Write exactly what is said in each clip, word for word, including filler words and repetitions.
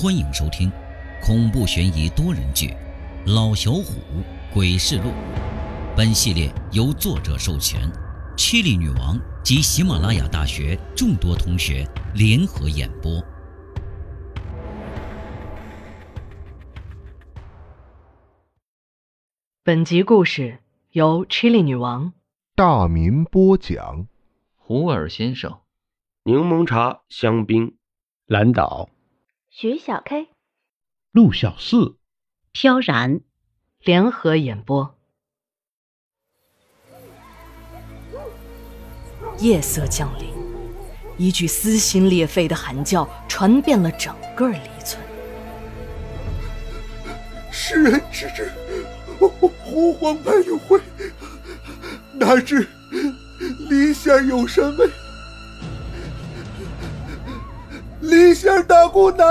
欢迎收听恐怖悬疑多人剧《老小虎鬼事录》。本系列由作者授权，七力女王及喜马拉雅大学众多同学联合演播。 本集故事由七力女王大民播讲。 胡尔先生， 柠檬茶香槟， 蓝岛， 徐小 K， 陆小四， 飘然联合演播。夜色降临，一句撕心裂肺的喊叫传遍了整个黎村。 食人之至，胡黄白柳灰，哪知黎仙有神威，黎仙大姑奶，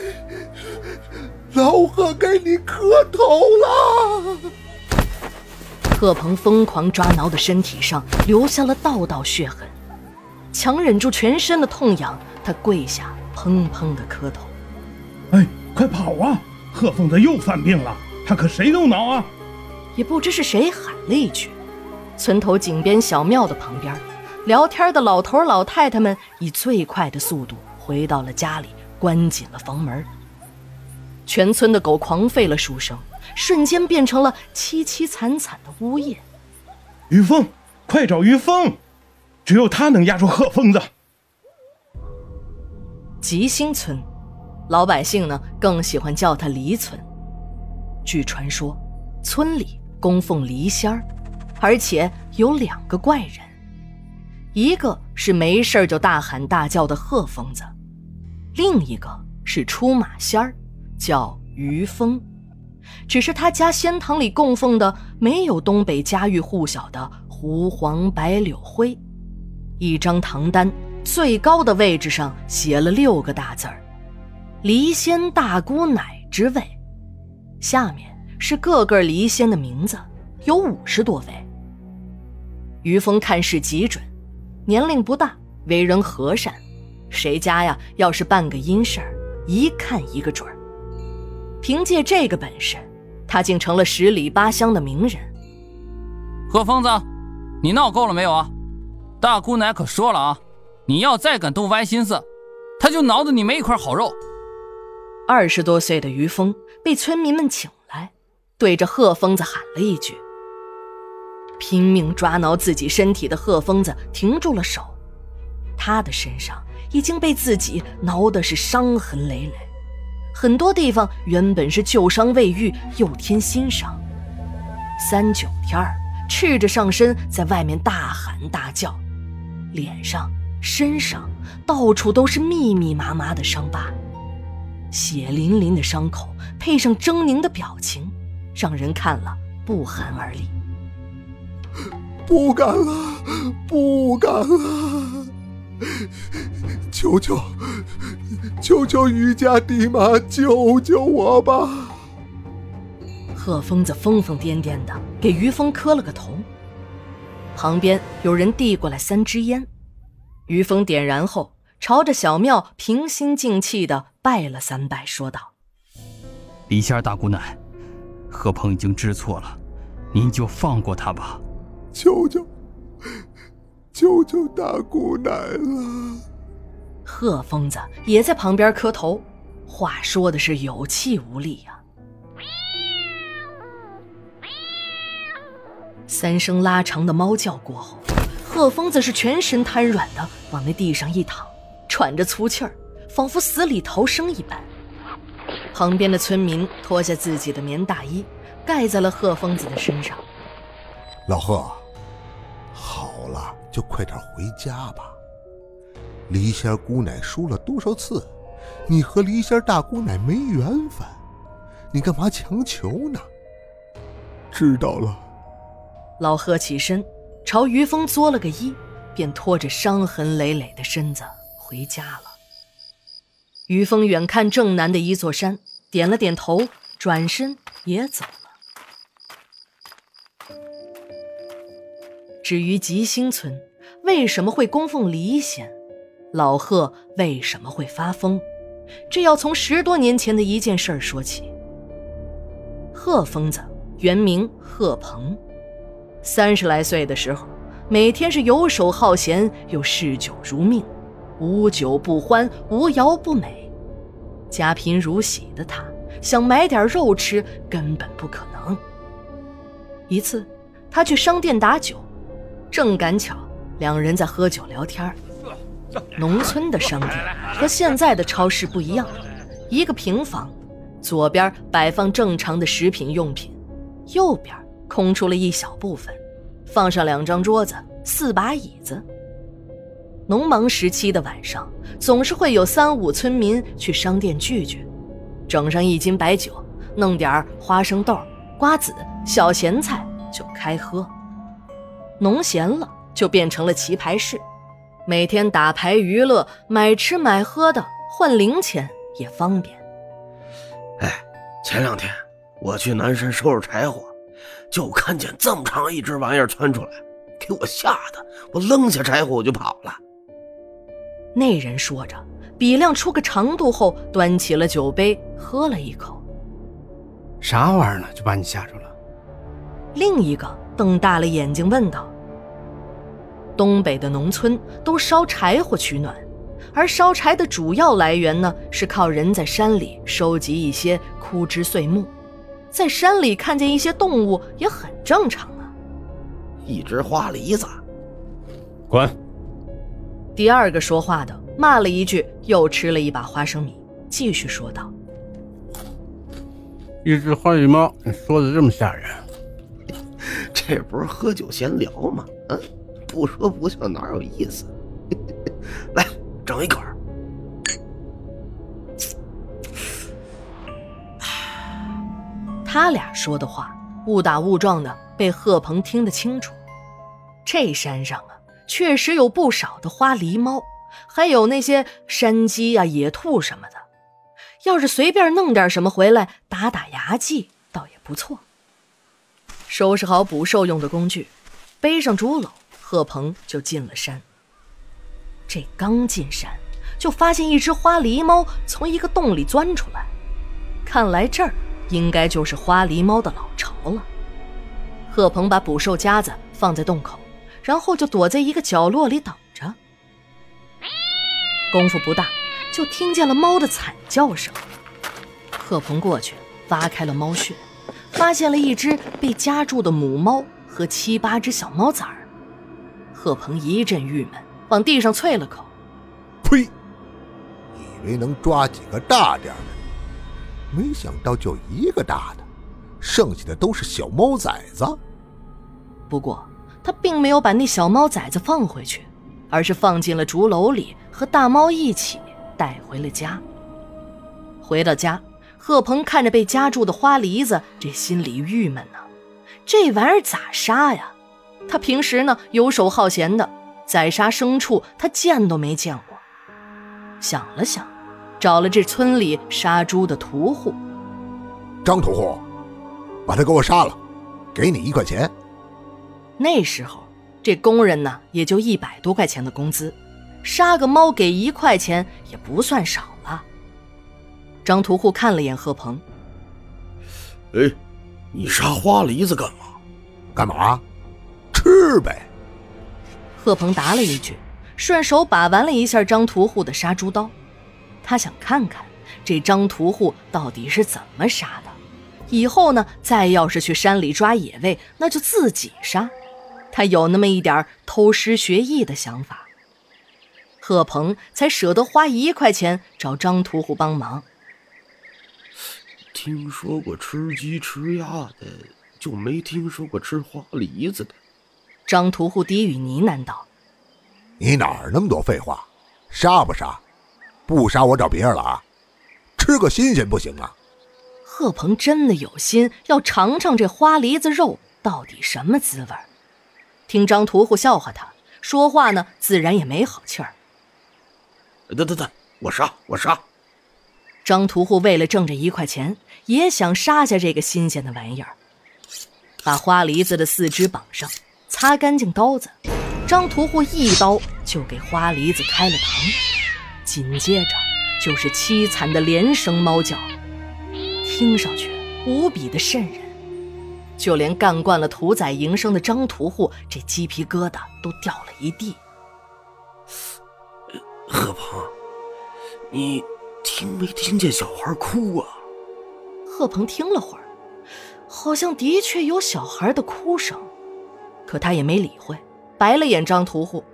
老贺给你磕头了。 贺鹏疯狂抓挠的身体上留下了道道血痕，强忍住全身的痛痒，他跪下砰砰的磕头。 哎，快跑啊！贺疯子又犯病了，他可谁都挠啊！ 也不知是谁喊了一句，村头井边小庙的旁边，聊天的老头老太太们以最快的速度回到了家里，关紧了房门。全村的狗狂吠了数声，瞬间变成了凄凄惨惨的呜咽。 于峰，快找于峰，只有他能压住贺疯子。 吉星村，老百姓呢更喜欢叫他黎村。据传说，村里供奉黎仙儿，而且有两个怪人，一个是没事就大喊大叫的贺疯子，另一个是出马仙儿，叫于峰。只是他家仙堂里供奉的没有东北家喻户晓的胡黄白柳灰，一张唐单最高的位置上写了六个大字儿：黎仙大姑奶之位，下面是各个黎仙的名字，有五十多位。于峰看事极准，年龄不大，为人和善，谁家呀要是办个阴事儿，一看一个准儿。凭借这个本事，他竟成了十里八乡的名人。 贺疯子，你闹够了没有啊？大姑奶可说了啊，你要再敢动歪心思，他就挠得你没一块好肉。 二十多岁的于峰被村民们请来，对着贺疯子喊了一句。拼命抓挠自己身体的贺疯子停住了手，他的身上已经被自己挠得是伤痕累累，很多地方原本是旧伤未愈，又添新伤。三九天儿赤着上身在外面大喊大叫，脸上身上到处都是密密麻麻的伤疤，血淋淋的伤口配上狰狞的表情，让人看了不寒而栗。 不敢了，不敢了，求求求求于家地妈救救我吧！ 贺疯子疯疯癫癫的给于峰磕了个头，旁边有人递过来三支烟，于峰点燃后，朝着小庙平心静气的拜了三拜，说道： 黎仙大姑奶，贺鹏已经知错了，您就放过他吧。 求求求求大姑奶了！ 贺疯子也在旁边磕头，话说的是有气无力呀、啊。三声拉长的猫叫过后，贺疯子是全身瘫软的往那地上一躺，喘着粗气儿，仿佛死里逃生一般。旁边的村民脱下自己的棉大衣盖在了贺疯子的身上。 老贺，好了，就快点回家吧。黎仙姑奶说了多少次，你和黎仙大姑奶没缘分，你干嘛强求呢？知道了。 老贺起身朝于峰作了个揖，便拖着伤痕累累的身子回家了。于峰远看正南的一座山，点了点头，转身也走了。至于吉星村为什么会供奉黎仙，老贺为什么会发疯， 这要从十多年前的一件事儿说起。贺疯子原名贺鹏，三十来岁的时候，每天是游手好闲又嗜酒如命，无酒不欢，无肴不美。家贫如洗的他想买点肉吃根本不可能。一次他去商店打酒，正赶巧两人在喝酒聊天。农村的商店和现在的超市不一样，一个平房，左边摆放正常的食品用品，右边空出了一小部分，放上两张桌子，四把椅子。农忙时期的晚上，总是会有三五村民去商店聚聚，整上一斤白酒，弄点花生豆、瓜子、小咸菜就开喝。农闲了就变成了棋牌室，每天打牌娱乐，买吃买喝的，换零钱也方便。 哎，前两天我去南山收拾柴火，就看见这么长一只玩意儿窜出来，给我吓得我扔下柴火我就跑了。 那人说着，比量出个长度后，端起了酒杯喝了一口。 啥玩意儿呢，就把你吓着了？ 另一个瞪大了眼睛问道。东北的农村都烧柴火取暖，而烧柴的主要来源呢，是靠人在山里收集一些枯枝碎木。在山里看见一些动物也很正常啊。 一只花梨子。 滚！ 第二个说话的骂了一句，又吃了一把花生米，继续说道： 一只花狸猫，你说的这么吓人？ 这不是喝酒闲聊吗？嗯，不说不笑哪有意思？来，整一口。 他俩说的话误打误撞的被贺鹏听得清楚。这山上啊，确实有不少的花狸猫，还有那些山鸡啊、野兔什么的。要是随便弄点什么回来打打牙祭，倒也不错。收拾好捕兽用的工具，背上竹篓，贺鹏就进了山。这刚进山，就发现一只花狸猫从一个洞里钻出来，看来这儿应该就是花狸猫的老巢了。贺鹏把捕兽夹子放在洞口，然后就躲在一个角落里等着。功夫不大，就听见了猫的惨叫声。贺鹏过去挖开了猫穴，发现了一只被夹住的母猫和七八只小猫崽儿。贺鹏一阵郁闷，往地上啐了口： 呸！以为能抓几个大点的，没想到就一个大的，剩下的都是小猫崽子。 不过他并没有把那小猫崽子放回去，而是放进了竹篓里，和大猫一起带回了家。回到家，贺鹏看着被夹住的花梨子，这心里郁闷呢。这玩意儿咋杀呀？他平时呢游手好闲的，宰杀牲畜他见都没见过。想了想，找了这村里杀猪的屠户。 张屠户，把他给我杀了，给你一块钱。 那时候这工人呢也就一百多块钱的工资，杀个猫给一块钱也不算少了。张屠户看了眼贺鹏： 哎，你杀花梨子干嘛？ 干嘛？吃呗。 贺鹏答了一句，顺手把玩了一下张屠户的杀猪刀。他想看看这张屠户到底是怎么杀的，以后呢再要是去山里抓野味，那就自己杀。他有那么一点偷师学艺的想法。贺鹏才舍得花一块钱找张屠户帮忙。 听说过吃鸡吃鸭的，就没听说过吃花梨子的。 张屠户低语呢喃道： 你哪儿那么多废话？杀不杀？不杀我找别人了啊！吃个新鲜不行啊？ 贺鹏真的有心要尝尝这花梨子肉到底什么滋味。听张屠户笑话他，说话呢自然也没好气儿。 等等等，我杀我杀！ 张屠户为了挣这一块钱，也想杀下这个新鲜的玩意儿。把花梨子的四肢绑上，擦干净刀子，张屠户一刀就给花梨子开了膛。紧接着就是凄惨的连声猫叫，听上去无比的瘆人。就连干惯了屠宰营生的张屠户，这鸡皮疙瘩都掉了一地。 贺鹏，你听没听见小孩哭啊？ 贺鹏听了会儿，好像的确有小孩的哭声，可他也没理会，白了眼张屠户。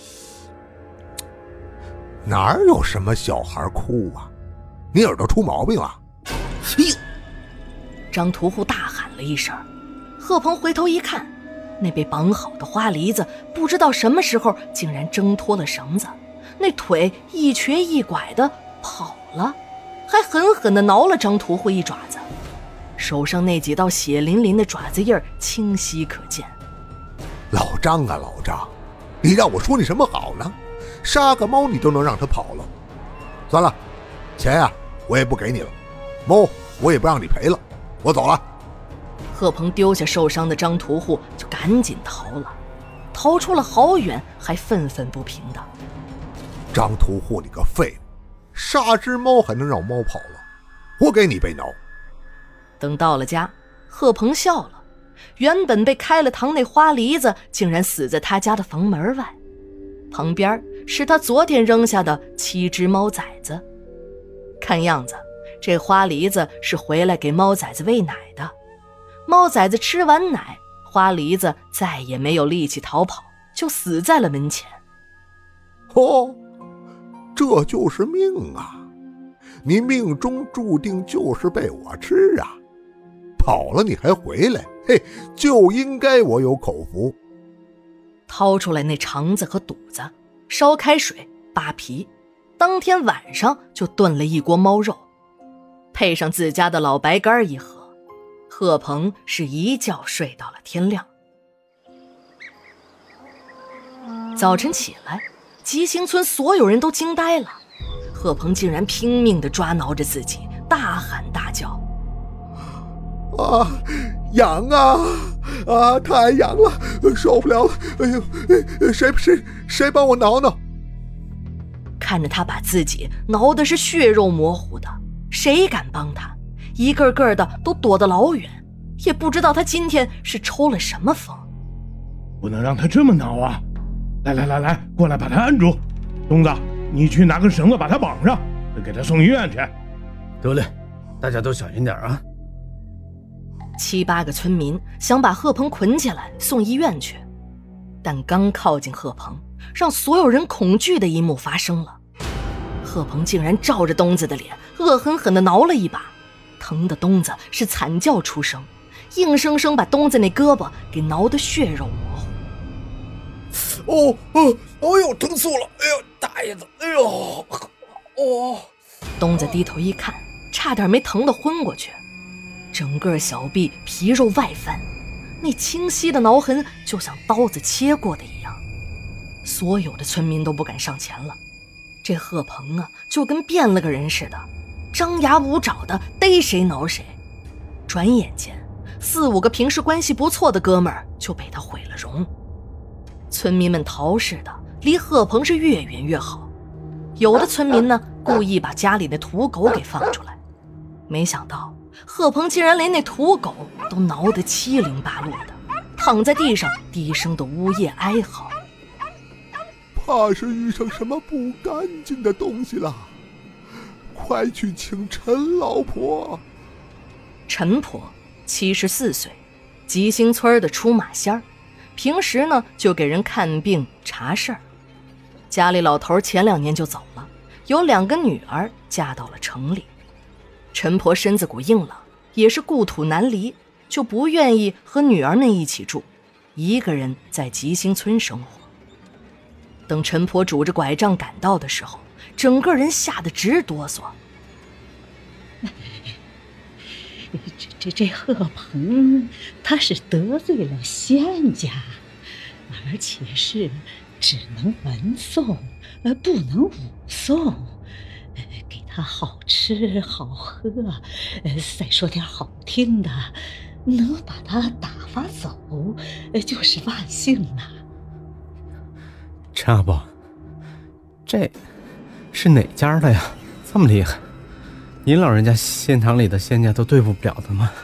哪有什么小孩哭啊？你耳朵出毛病了？ 哎呦！ 张屠户大喊了一声，贺鹏回头一看，那被绑好的花梨子不知道什么时候竟然挣脱了绳子，那腿一瘸一拐的跑了，还狠狠地挠了张屠户一爪子，手上那几道血淋淋的爪子印儿清晰可见。 老张啊老张，你让我说你什么好呢？杀个猫你都能让它跑了。算了，钱呀、啊、我也不给你了，猫我也不让你赔了，我走了。 贺鹏丢下受伤的张屠户就赶紧逃了，逃出了好远，还愤愤不平的。 张屠户你个废物，杀只猫还能让猫跑了，我给你被挠。 等到了家，贺鹏笑了，原本被开了膛那花梨子竟然死在他家的房门外，旁边是他昨天扔下的七只猫崽子。看样子这花梨子是回来给猫崽子喂奶的，猫崽子吃完奶，花梨子再也没有力气逃跑，就死在了门前。 哦，这就是命啊，你命中注定就是被我吃啊，跑了你还回来，嘿，就应该我有口福。 掏出来那肠子和肚子，烧开水扒皮，当天晚上就炖了一锅猫肉，配上自家的老白干一喝，贺鹏是一觉睡到了天亮。早晨起来，吉星村所有人都惊呆了，贺鹏竟然拼命地抓挠着自己，大喊大叫： 啊，痒啊啊，太痒了，受不了了！哎呦，谁谁谁帮我挠挠？ 看着他把自己挠的是血肉模糊的，谁敢帮他？一个个的都躲得老远，也不知道他今天是抽了什么风。 不能让他这么挠啊！来来来来，过来把他按住。东子，你去拿根绳子把他绑上，给他送医院去。 得嘞，大家都小心点啊！ 七八个村民想把贺鹏捆起来送医院去，但刚靠近贺鹏，让所有人恐惧的一幕发生了。贺鹏竟然照着东子的脸恶狠狠地挠了一把，疼的东子是惨叫出声，硬生生把东子那胳膊给挠得血肉模糊。 哦哦，哎呦，疼死我了！哎呦，大爷的！哎呦，哦！ 东子低头一看，差点没疼得昏过去，整个小臂皮肉外翻，那清晰的挠痕就像刀子切过的一样。所有的村民都不敢上前了，这贺鹏啊，就跟变了个人似的，张牙舞爪的逮谁挠谁。转眼间，四五个平时关系不错的哥们儿就被他毁了容。村民们逃似的，离贺鹏是越远越好。有的村民呢，故意把家里的土狗给放出来，没想到贺鹏竟然连那土狗都挠得七零八落的，躺在地上低声的呜咽哀嚎。 怕是遇上什么不干净的东西了，快去请陈老婆。 陈婆七十四岁，吉星村的出马仙儿，平时呢就给人看病查事儿。家里老头前两年就走了，有两个女儿嫁到了城里。陈婆身子骨硬朗，也是故土难离，就不愿意和女儿们一起住，一个人在吉星村生活。等陈婆拄着拐杖赶到的时候，整个人吓得直哆嗦。 这这这贺鹏，他是得罪了仙家，而且是只能文诵，呃，不能武诵。呃，给他好吃好喝，呃，再说点好听的，能把他打发走，呃，就是万幸了。 陈阿伯，这是哪家的呀？ 这么厉害，您老人家仙堂里的仙家都对付不了的吗？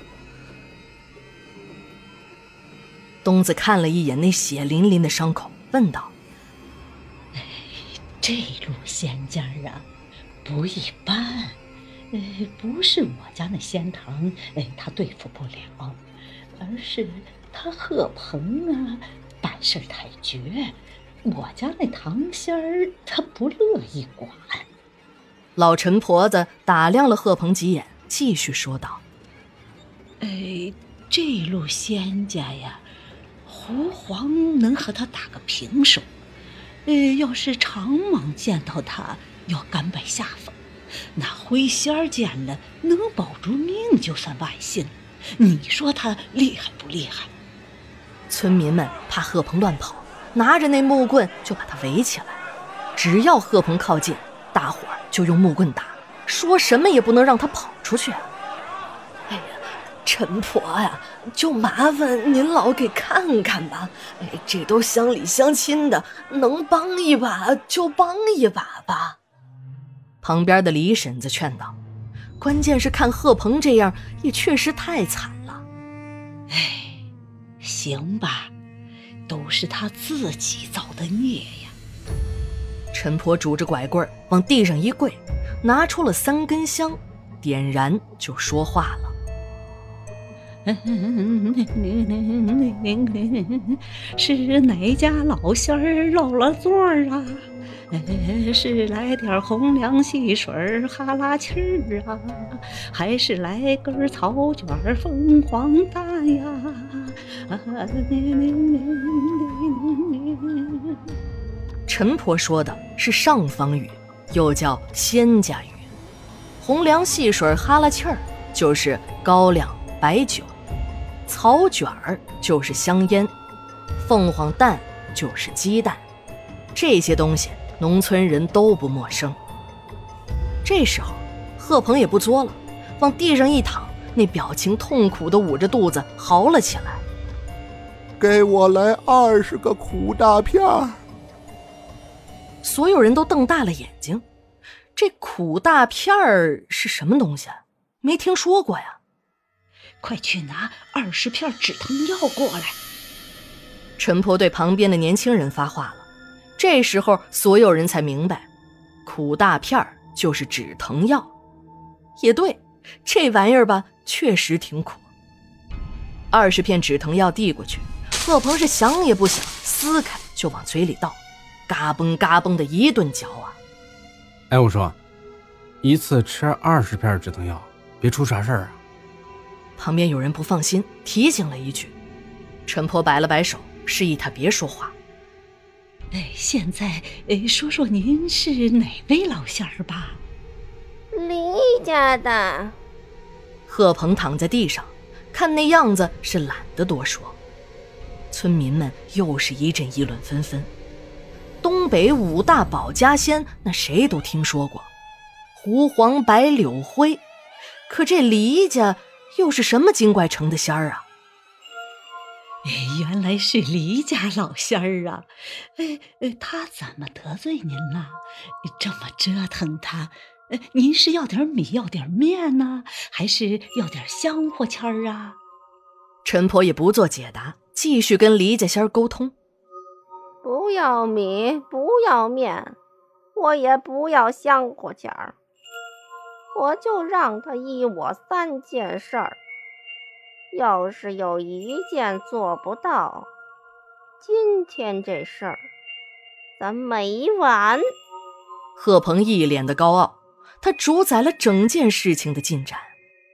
东子看了一眼那血淋淋的伤口，问道： 哎，这路仙家啊不一般，呃，不是我家那仙堂哎他对付不了，而是他贺鹏啊办事太绝，我家那唐仙儿他不乐意管。 老陈婆子打量了贺鹏几眼，继续说道： 哎，这路仙家呀，狐皇能和他打个平手，呃，要是长蟒见到他要甘拜下风，那灰仙儿见了能保住命就算万幸，你说他厉害不厉害？ 村民们怕贺鹏乱跑，拿着那木棍就把他围起来，只要贺鹏靠近，大伙儿就用木棍打，说什么也不能让他跑出去。哎呀，陈婆呀，就麻烦您老给看看吧，哎，这都乡里乡亲的，能帮一把就帮一把吧。旁边的李婶子劝道，关键是看贺鹏这样也确实太惨了。 哎，行吧，都是他自己造的孽呀。 陈婆拄着拐棍往地上一跪，拿出了三根香，点燃就说话了： 是哪家老仙儿落了座啊？是来点红凉细水哈拉气儿啊，还是来根草卷凤凰蛋呀？ 陈婆说的是上方语，又叫仙家语。红凉细水哈拉气儿就是高粱白酒，草卷儿就是香烟，凤凰蛋就是鸡蛋，这些东西农村人都不陌生。这时候贺鹏也不作了，往地上一躺，那表情痛苦地捂着肚子嚎了起来： 给我来二十个苦大片儿！ 所有人都瞪大了眼睛，这苦大片儿是什么东西？没听说过呀。 快去拿二十片止疼药过来。 陈婆对旁边的年轻人发话了。这时候所有人才明白，苦大片儿就是止疼药。也对，这玩意儿吧确实挺苦。二十片止疼药递过去，贺鹏是想也不想，撕开就往嘴里倒，嘎嘣嘎嘣的一顿嚼啊。 哎，我说，一次吃二十片止疼药，别出啥事儿啊？ 旁边有人不放心，提醒了一句。陈婆摆了摆手，示意他别说话。 哎，现在哎，说说您是哪位老仙儿吧？ 李家的。 贺鹏躺在地上，看那样子是懒得多说。村民们又是一阵议论纷纷。东北五大保家仙，那谁都听说过，狐黄白柳灰，可这李家又是什么精怪成的仙儿啊？ 哎，原来是李家老仙儿啊！哎，他怎么得罪您了？这么折腾他，您是要点米要点面呢，还是要点香火钱儿啊？ 陈婆也不做解答，继续跟李家仙儿沟通。 不要米，不要面，我也不要香火钱儿，我就让他依我三件事儿。要是有一件做不到，今天这事儿咱没完。 贺鹏一脸的高傲，他主宰了整件事情的进展。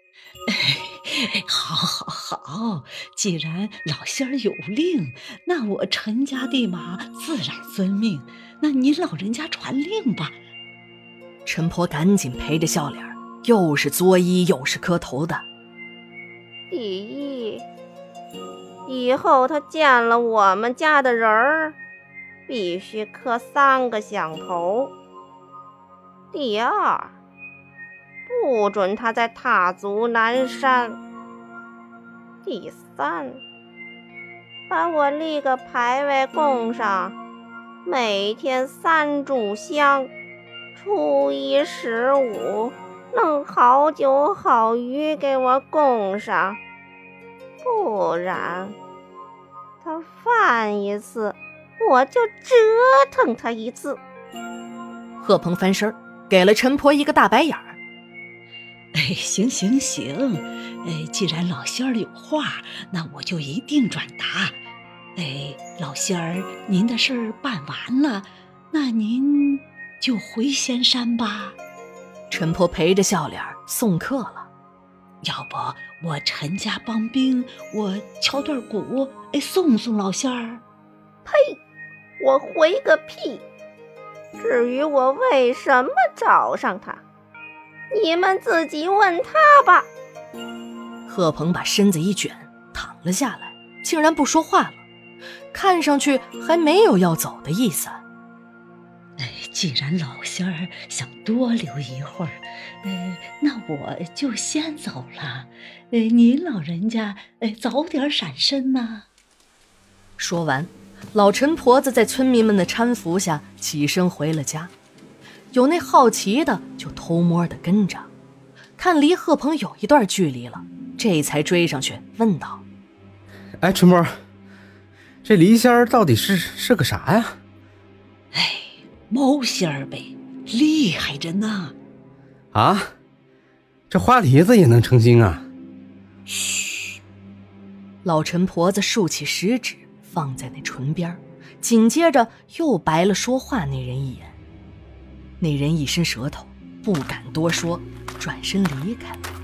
好好好，既然老仙儿有令，那我陈家地马自然遵命，那您老人家传令吧。 陈婆赶紧陪着笑脸，又是作揖又是磕头的。 第一，以后他见了我们家的人儿，必须磕三个响头。第二，不准他再踏足南山。第三，把我立个牌位供上，每天三炷香， 初一十五弄好酒好鱼给我供上，不然他犯一次我就折腾他一次。 贺鹏翻身给了陈婆一个大白眼儿。 哎，行行行，哎，既然老仙儿有话，那我就一定转达。哎，老仙儿，您的事儿办完了，那您就回仙山吧。 陈婆陪着笑脸送客了。 要不我陈家帮兵，我敲段鼓，哎，送送老仙儿。 呸！我回个屁！至于我为什么找上他，你们自己问他吧。 贺鹏把身子一卷，躺了下来，竟然不说话了，看上去还没有要走的意思。 哎，既然老仙儿想多留一会儿，呃，那我就先走了。呃，您老人家，呃，早点闪身呐。 说完，老陈婆子在村民们的搀扶下起身回了家。有那好奇的就偷摸的跟着，看离贺鹏有一段距离了，这才追上去问道： 哎，陈婆，这离仙儿到底是是个啥呀？ 哎，猫仙儿呗，厉害着呢。 啊，这花梨子也能成精啊？ 嘘！老陈婆子竖起食指放在那唇边，紧接着又白了说话那人一眼。那人一伸舌头，不敢多说，转身离开了。